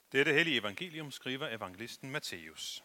Dette hellige evangelium skriver evangelisten Matthæus.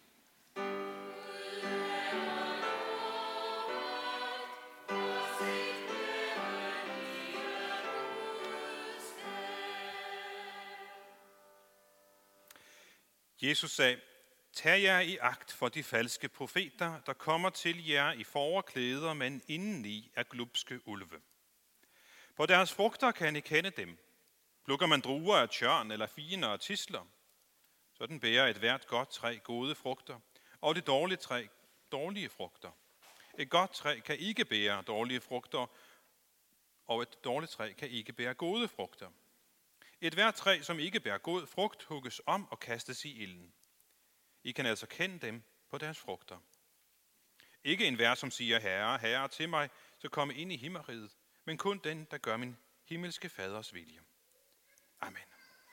Jesus sagde, tag jer i agt for de falske profeter, der kommer til jer i forklæder, men indeni er glubske ulve. På deres frugter kan I kende dem. Plukker man druer af tjørn eller finer og tisler, sådan bærer et hvert godt træ gode frugter, og det dårlige træ dårlige frugter. Et godt træ kan ikke bære dårlige frugter, og et dårligt træ kan ikke bære gode frugter. Et hvert træ, som ikke bærer god frugt, hugges om og kastes i ilden. I kan altså kende dem på deres frugter. Ikke enhver, som siger, Herre, Herre til mig, så komme ind i himmeriget, men kun den, der gør min himmelske faders vilje. Amen.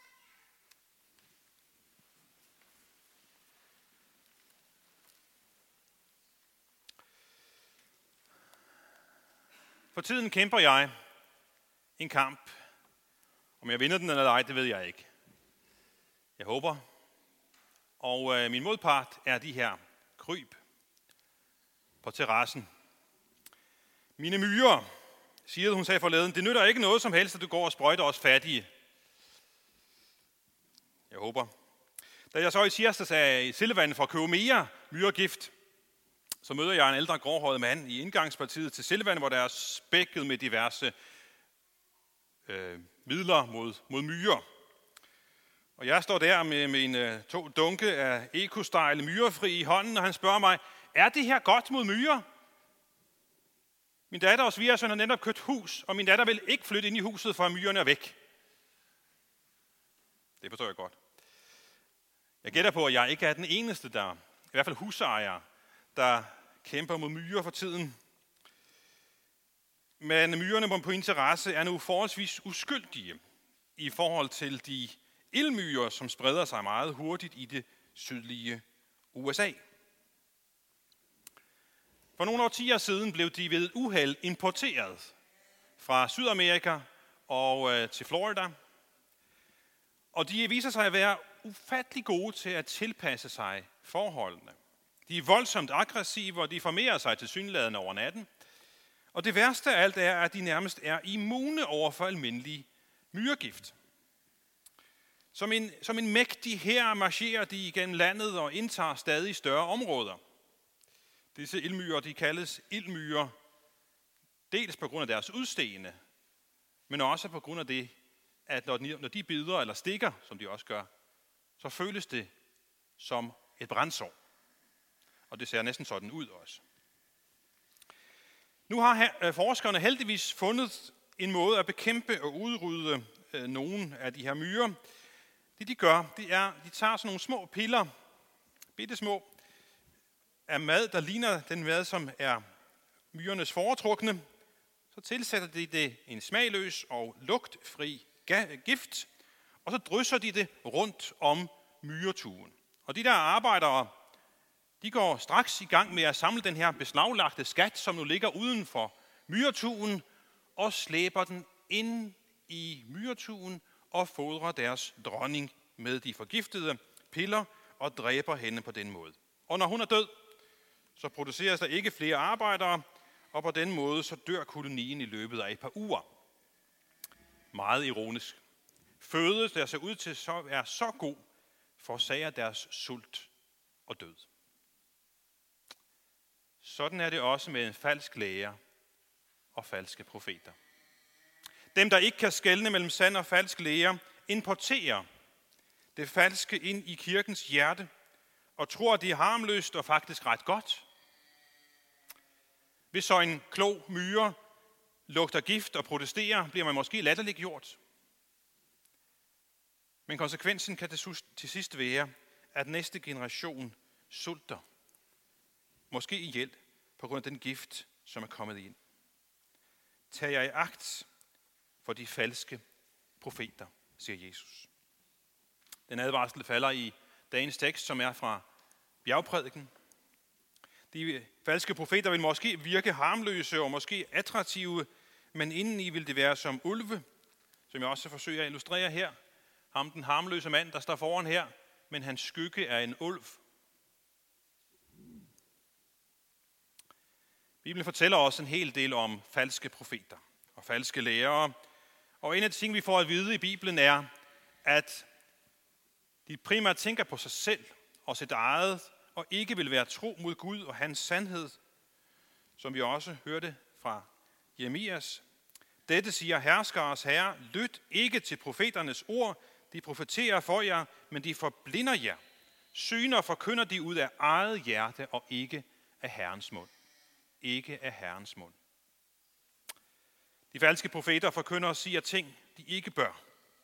For tiden kæmper jeg en kamp. Om jeg vinder den eller ej, det ved jeg ikke. Jeg håber. Og min modpart er de her kryb på terrassen. Mine myrer, siger hun sagde forleden, det nytter ikke noget som helst, at du går og sprøjter os fattige. Jeg håber. Da jeg så i tirsdags er i Silvan for at købe mere myregift, så møder jeg en ældre gråhåret mand i indgangspartiet til Silvan, hvor der er spækket med diverse midler mod myrer. Og jeg står der med mine 2 dunke af EcoStyle myrefri i hånden, og han spørger mig, er det her godt mod myrer? Min datter og svigersøn har netop købt hus, og min datter vil ikke flytte ind i huset, for myrerne er væk. Det forstår jeg godt. Jeg gætter på, at jeg ikke er den eneste, der, i hvert fald husejere, der kæmper mod myrer for tiden. Men myrerne på interesse er nu forholdsvis uskyldige i forhold til de ildmyrer, som spreder sig meget hurtigt i det sydlige USA. For nogle årtier siden blev de ved uheld importeret fra Sydamerika og til Florida. Og de viser sig at være ufattelig gode til at tilpasse sig forholdene. De er voldsomt aggressive, og de formerer sig tilsyneladende over natten. Og det værste af alt er, at de nærmest er immune over for almindelig myregift. Som en mægtig hær marcherer de igennem landet og indtager stadig større områder. Disse ildmyrer, de kaldes ildmyrer, dels på grund af deres udseende, men også på grund af det, at når de bider eller stikker, som de også gør, så føles det som et brændsår. Og det ser næsten sådan ud også. Nu har forskerne heldigvis fundet en måde at bekæmpe og udrydde nogle af de her myrer. Det de gør, det er, de tager sådan nogle små piller, bittesmå, af mad, der ligner den mad, som er myrernes foretrukne. Så tilsætter de det en smagløs og lugtfri gift, og så drysser de det rundt om myretuen. Og de der arbejdere, de går straks i gang med at samle den her beslaglagte skat, som nu ligger uden for myretuen, og slæber den ind i myretuen og fodrer deres dronning med de forgiftede piller og dræber hende på den måde. Og når hun er død, så produceres der ikke flere arbejdere, og på den måde så dør kolonien i løbet af et par uger. Meget ironisk. Føde, der ser ud til at være så god, forårsager deres sult og død. Sådan er det også med en falsk lærer og falske profeter. Dem, der ikke kan skelne mellem sand og falsk lære, importerer det falske ind i kirkens hjerte og tror, at det er harmløst og faktisk ret godt. Hvis så en klog myre lugter gift og protesterer, bliver man måske latterliggjort. Men konsekvensen kan til sidst være, at næste generation sulter. Måske ihjel på grund af den gift, som er kommet ind. Tag jer i agt for de falske profeter, siger Jesus. Den advarsel falder i dagens tekst, som er fra bjergprædiken. De falske profeter vil måske virke harmløse og måske attraktive, men indeni vil det være som ulve, som jeg også forsøger at illustrere her, Ham den harmløse mand, der står foran her, men hans skygge er en ulv. Bibelen fortæller os en hel del om falske profeter og falske lærere. Og en af de ting, vi får at vide i Bibelen, er, at de primært tænker på sig selv og sit eget, og ikke vil være tro mod Gud og hans sandhed, som vi også hørte fra Jeremias. Dette siger herskares herre, lyt ikke til profeternes ord, de profeterer for jer, men de forblinder jer. Syner forkynder de ud af eget hjerte og ikke af Herrens mund. Ikke af Herrens mund. De falske profeter forkynder og siger ting, de ikke bør.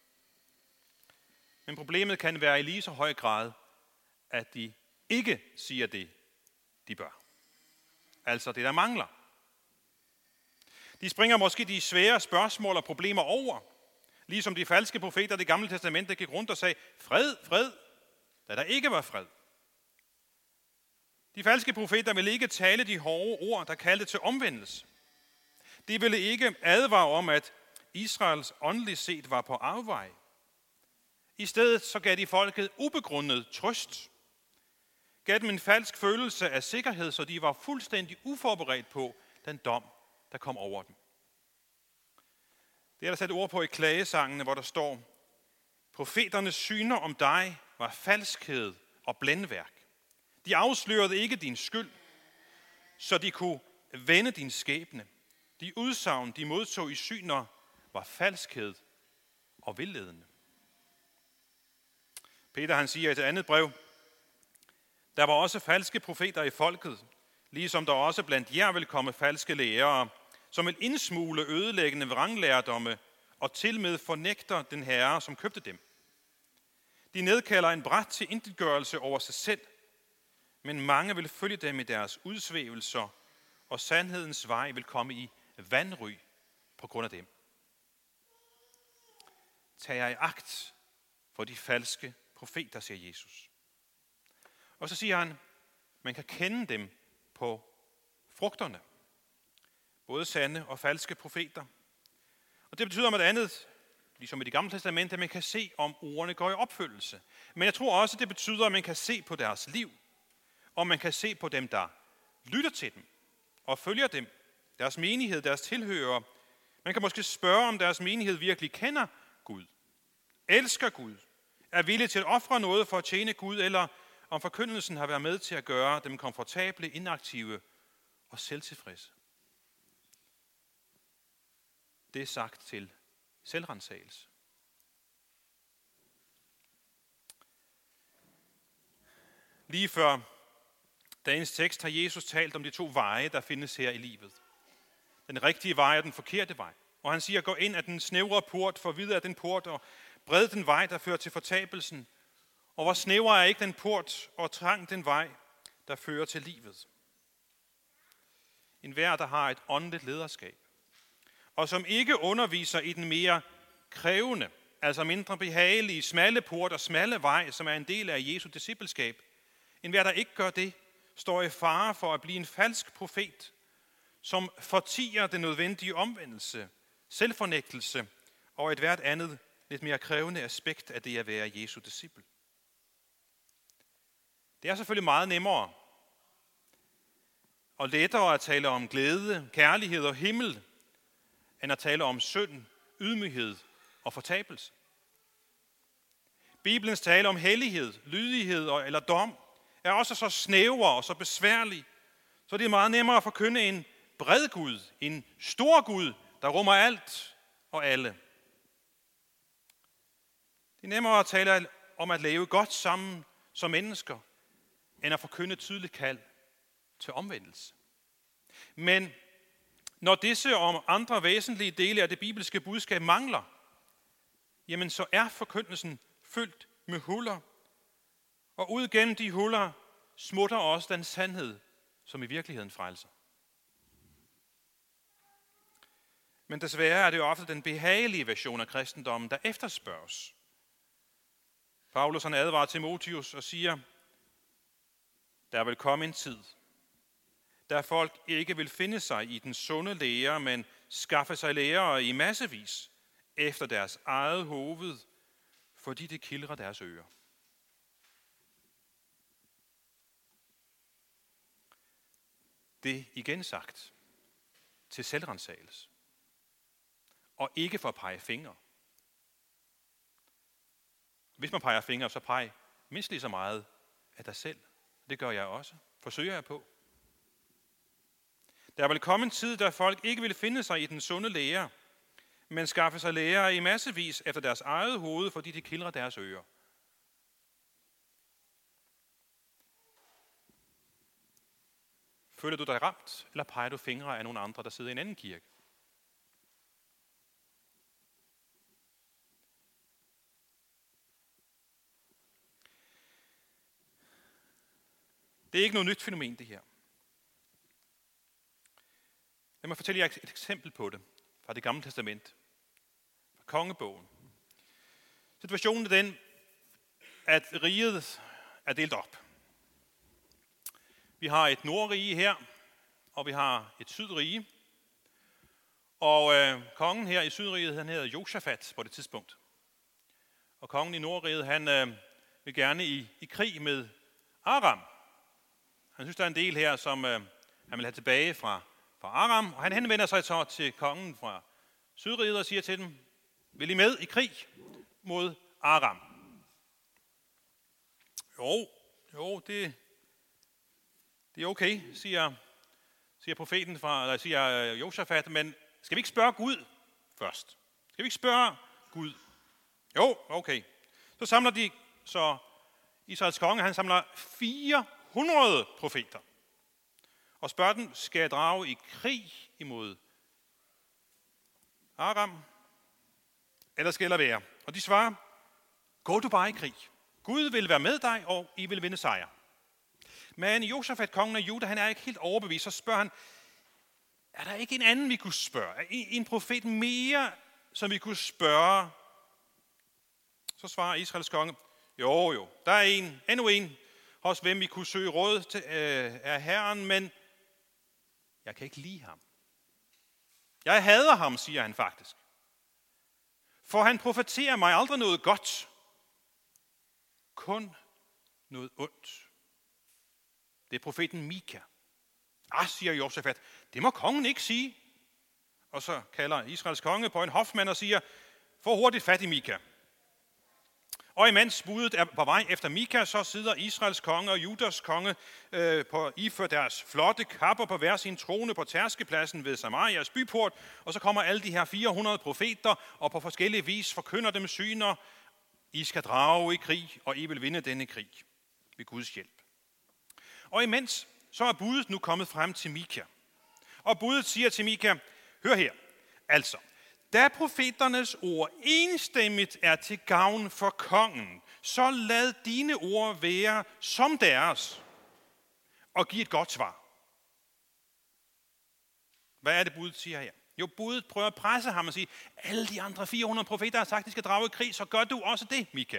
Men problemet kan være i lige så høj grad, at de ikke siger det, de bør. Altså det, der mangler. De springer måske de svære spørgsmål og problemer over, ligesom de falske profeter i Det Gamle Testamente gik rundt og sagde, fred, fred, da der ikke var fred. De falske profeter ville ikke tale de hårde ord, der kaldte til omvendelse. De ville ikke advare om, at Israels åndeligt set var på afvej. I stedet så gav de folket ubegrundet trøst. Gav dem en falsk følelse af sikkerhed, så de var fuldstændig uforberedt på den dom, der kom over dem. Det er der sat ord på i klagesangene, hvor der står, profeternes syner om dig var falskhed og blændværk. De afslørede ikke din skyld, så de kunne vende din skæbne. De udsagn, de modtog i syner, var falskhed og vildledende. Peter han siger i et andet brev, der var også falske profeter i folket, ligesom der også blandt jer vil komme falske lærere, som vil indsmule ødelæggende vranglærdomme og tilmed fornægter den herre, som købte dem. De nedkalder en brat til intetgørelse over sig selv, men mange vil følge dem i deres udsvævelser, og sandhedens vej vil komme i vanry på grund af dem. Tag jer i agt for de falske profeter, siger Jesus. Og så siger han, man kan kende dem på frugterne. Både sande og falske profeter. Og det betyder om et andet, ligesom i Det Gamle Testamente, at man kan se, om ordene går i opfyldelse. Men jeg tror også, det betyder, at man kan se på deres liv. Og man kan se på dem, der lytter til dem og følger dem. Deres menighed, deres tilhørere. Man kan måske spørge, om deres menighed virkelig kender Gud. Elsker Gud. Er villig til at ofre noget for at tjene Gud, eller om forkyndelsen har været med til at gøre dem komfortable, inaktive og selvtilfredse. Det er sagt til selvrensagelse. Lige før dagens tekst har Jesus talt om de to veje, der findes her i livet. Den rigtige vej og den forkerte vej. Og han siger, gå ind af den snævre port, for videre af den port, og bred den vej, der fører til fortabelsen. Og hvor snæver er ikke den port, og trang den vej, der fører til livet. En hver, der har et åndeligt lederskab, og som ikke underviser i den mere krævende, altså mindre behagelige, smalle port og smalle vej, som er en del af Jesu discipleskab. En hver, der ikke gør det, står i fare for at blive en falsk profet, som fortier den nødvendige omvendelse, selvfornægtelse og et hvert andet lidt mere krævende aspekt af det at være Jesu disciple. Det er selvfølgelig meget nemmere og lettere at tale om glæde, kærlighed og himmel, end at tale om synd, ydmyghed og fortabelse. Bibelens tale om hellighed, lydighed eller dom er også så snæver og så besværlig, så det er meget nemmere at forkynde en bred Gud, en stor Gud, der rummer alt og alle. Det er nemmere at tale om at leve godt sammen som mennesker, end at forkynde tydeligt kald til omvendelse. Men når disse og andre væsentlige dele af det bibelske budskab mangler, jamen så er forkyndelsen fyldt med huller, og ud gennem de huller smutter også den sandhed, som i virkeligheden frelser. Men desværre er det jo ofte den behagelige version af kristendommen, der efterspørges. Paulus han advarer Timotheus og siger, der vil komme en tid, der folk ikke vil finde sig i den sunde lære, men skaffe sig lærere i massevis efter deres eget hoved, fordi det kildrer deres ører. Det er igen sagt til selvrensagelse, og ikke for at pege fingre. Hvis man peger fingre, så peg mindst lige så meget af dig selv. Det gør jeg også. Forsøger jeg på. Der vil komme en tid, da folk ikke vil finde sig i den sunde lære, men skaffe sig lærere i massevis efter deres eget hoved, fordi det kildrer deres ører. Føler du dig ramt, eller peger du fingre af nogle andre, der sidder i en anden kirke? Det er ikke noget nyt fænomen, det her. Lad mig fortælle jer et eksempel på det fra det gamle testament, fra kongebogen. Situationen er den, at riget er delt op. Vi har et nordrige her, og vi har et sydrige. Og kongen her i sydriget, han hedder Josafat på det tidspunkt. Og kongen i nordriget, han vil gerne i krig med Aram. Han synes, der er en del her, som han vil have tilbage fra Aram. Og han henvender sig så til kongen fra sydriget og siger til dem, vil I med i krig mod Aram? Jo, det er okay, siger profeten siger Josafat, men skal vi ikke spørge Gud først? Skal vi ikke spørge Gud? Jo, okay. Så samler de, så Israels konge, han samler 400 profeter. Og spørger dem, skal jeg drage i krig imod Aram? Eller skal jeg lade være? Og de svarer, gå du bare i krig. Gud vil være med dig, og I vil vinde sejr. Men Josafat, kongen af Juda, han er ikke helt overbevist. Så spørger han, er der ikke en anden, vi kunne spørge? En profet mere, som vi kunne spørge? Så svarer Israels konge, jo, der er endnu en, hos hvem vi kunne søge råd til, af Herren, men jeg kan ikke lide ham. Jeg hader ham, siger han faktisk. For han profeterer mig aldrig noget godt. Kun noget ondt. Det er profeten Mika. Siger Josafat, det må kongen ikke sige. Og så kalder Israels konge på en hofmand og siger, få hurtigt fat i Mika. Og imens budet er på vej efter Mika, så sidder Israels konge og Judas konge iført deres flotte kapper på hver sin trone på tærskepladsen ved Samarias byport. Og så kommer alle de her 400 profeter og på forskellige vis forkynder dem syner. I skal drage i krig, og I vil vinde denne krig ved Guds hjælp. Og imens så er budet nu kommet frem til Mika. Og budet siger til Mika, hør her, altså, da profeternes ord enstemmigt er til gavn for kongen, så lad dine ord være som deres, og giv et godt svar. Hvad er det, budet siger her? Jo, budet prøver at presse ham og sige, alle de andre 400 profeter har sagt, at de skal drage i krig, så gør du også det, Mika.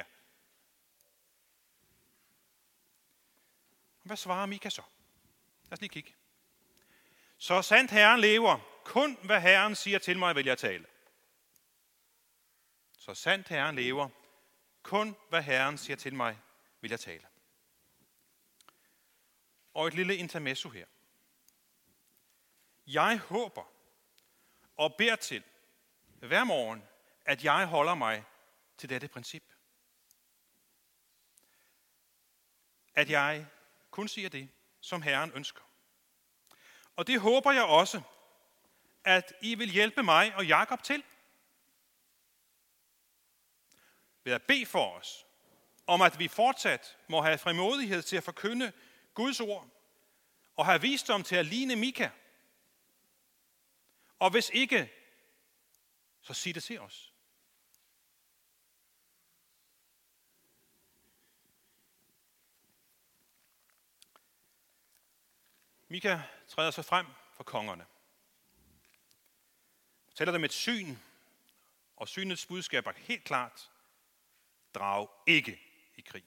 Hvad svarer Mika så? Lad os lige kigge. Så sandt Herren lever, kun hvad Herren siger til mig, vil jeg tale. Så sandt Herren lever, kun hvad Herren siger til mig, vil jeg tale. Og et lille intermezzo her. Jeg håber og beder til hver morgen, at jeg holder mig til dette princip. At jeg kun siger det, som Herren ønsker. Og det håber jeg også, at I vil hjælpe mig og Jakob til. Ved at bede for os, om at vi fortsat må have frimodighed til at forkynde Guds ord, og have visdom til at ligne Mika. Og hvis ikke, så sig det til os. Mika træder sig frem for kongerne. Fortæller dem et syn, og synets budskab er helt klart, drag ikke i krig.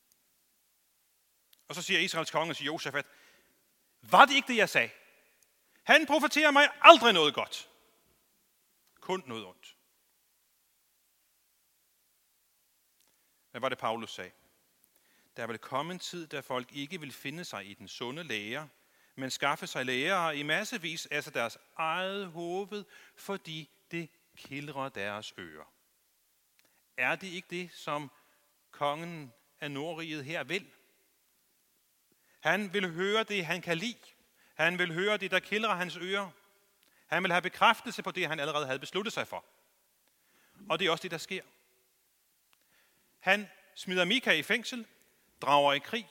Og så siger Israels konge til Josafat, var det ikke det, jeg sagde? Han profeterer mig aldrig noget godt. Kun noget ondt. Hvad var det, Paulus sagde? Der vil komme en tid, da folk ikke vil finde sig i den sunde lære, men skaffe sig lærere i massevis af deres eget hoved, fordi det kildrer deres ører. Er det ikke det, som kongen af Nordriget her vil? Han vil høre det, han kan lide. Han vil høre det, der kildrer hans ører. Han vil have bekræftelse på det, han allerede havde besluttet sig for. Og det er også det, der sker. Han smider Mika i fængsel, drager i krig.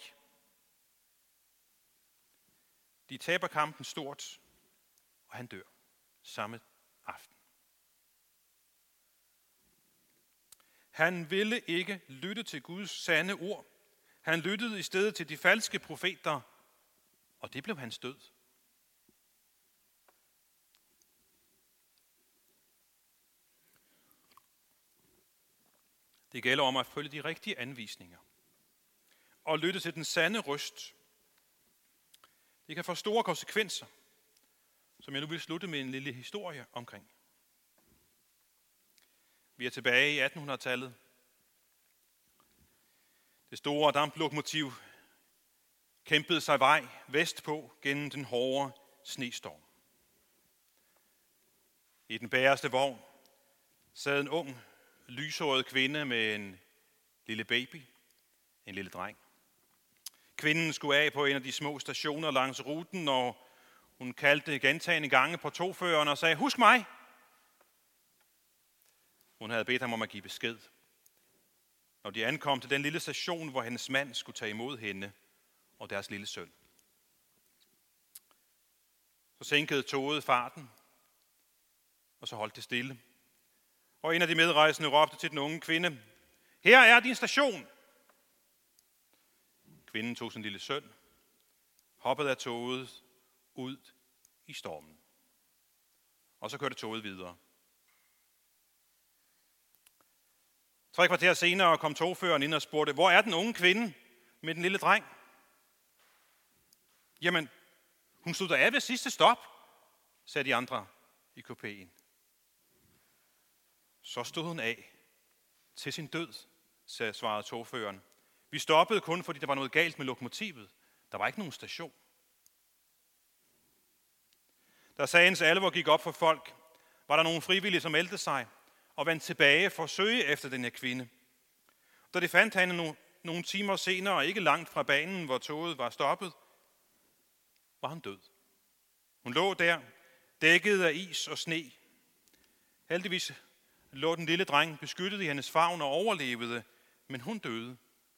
De taber kampen stort, og han dør samme aften. Han ville ikke lytte til Guds sande ord. Han lyttede i stedet til de falske profeter, og det blev hans død. Det gælder om at følge de rigtige anvisninger og lytte til den sande røst. Det kan få store konsekvenser, som jeg nu vil slutte med en lille historie omkring. Vi er tilbage i 1800-tallet. Det store damplokomotiv kæmpede sig vej vestpå gennem den hårde snestorm. I den bagerste vogn sad en ung, lyshåret kvinde med en lille baby, en lille dreng. Kvinden skulle af på en af de små stationer langs ruten, og hun kaldte gentagne gange på togføreren og sagde, husk mig! Hun havde bedt ham om at give besked. Når de ankom til den lille station, hvor hendes mand skulle tage imod hende og deres lille søn. Så sænkede toget farten, og så holdt det stille. Og en af de medrejsende råbte til den unge kvinde, her er din station! Kvinden tog sin lille søn, hoppede af toget ud i stormen. Og så kørte toget videre. 3 kvarter senere kom togføreren ind og spurgte, hvor er den unge kvinde med den lille dreng? Jamen, hun stod der af ved sidste stop, sagde de andre i kupéen. Så stod hun af til sin død, svarede togføreren. Vi stoppede kun, fordi der var noget galt med lokomotivet. Der var ikke nogen station. Da sagens alvor gik op for folk, var der nogle frivillige, som meldte sig og vendte tilbage for at søge efter den her kvinde. Da de fandt hende nogle timer senere, ikke langt fra banen, hvor toget var stoppet, var hun død. Hun lå der, dækket af is og sne. Heldigvis lå den lille dreng beskyttet i hendes favn og overlevede, men hun døde.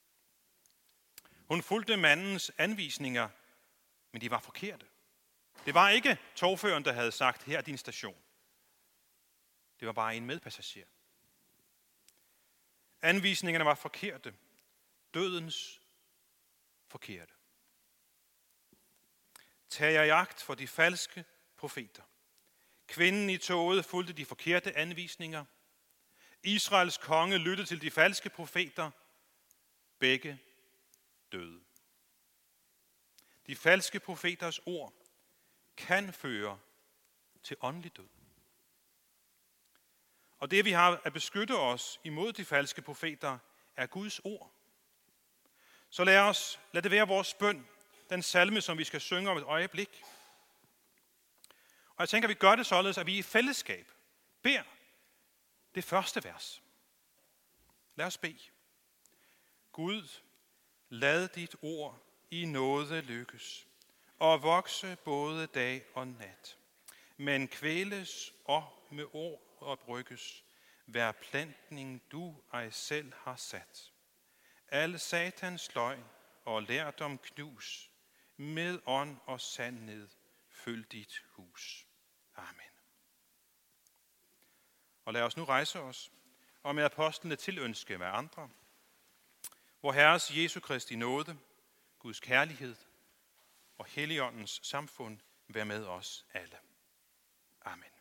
Hun fulgte mandens anvisninger, men de var forkerte. Det var ikke togføreren, der havde sagt, her er din station. Det var bare en medpassager. Anvisningerne var forkerte. Dødens forkerte. Tag jer i agt for de falske profeter. Kvinden i toget fulgte de forkerte anvisninger. Israels konge lyttede til de falske profeter. Begge døde. De falske profeters ord kan føre til åndelig død. Og det vi har at beskytte os imod de falske profeter, er Guds ord. Så lad det være vores bøn, den salme, som vi skal synge om et øjeblik. Og jeg tænker, at vi gør det således, at vi i fællesskab beder det første vers. Lad os bede. Gud, lad dit ord i nåde lykkes, og vokse både dag og nat. Men kvæles og med ord og brygges, hver plantning du ej selv har sat. Al satans løgn og lærdom knus, med ånd og sandhed følg dit hus. Amen. Og lad os nu rejse os, og med apostlene tilønske hver andre. Vor Herres Jesu Kristi nåde, Guds kærlighed og Helligåndens samfund være med os alle. Amen.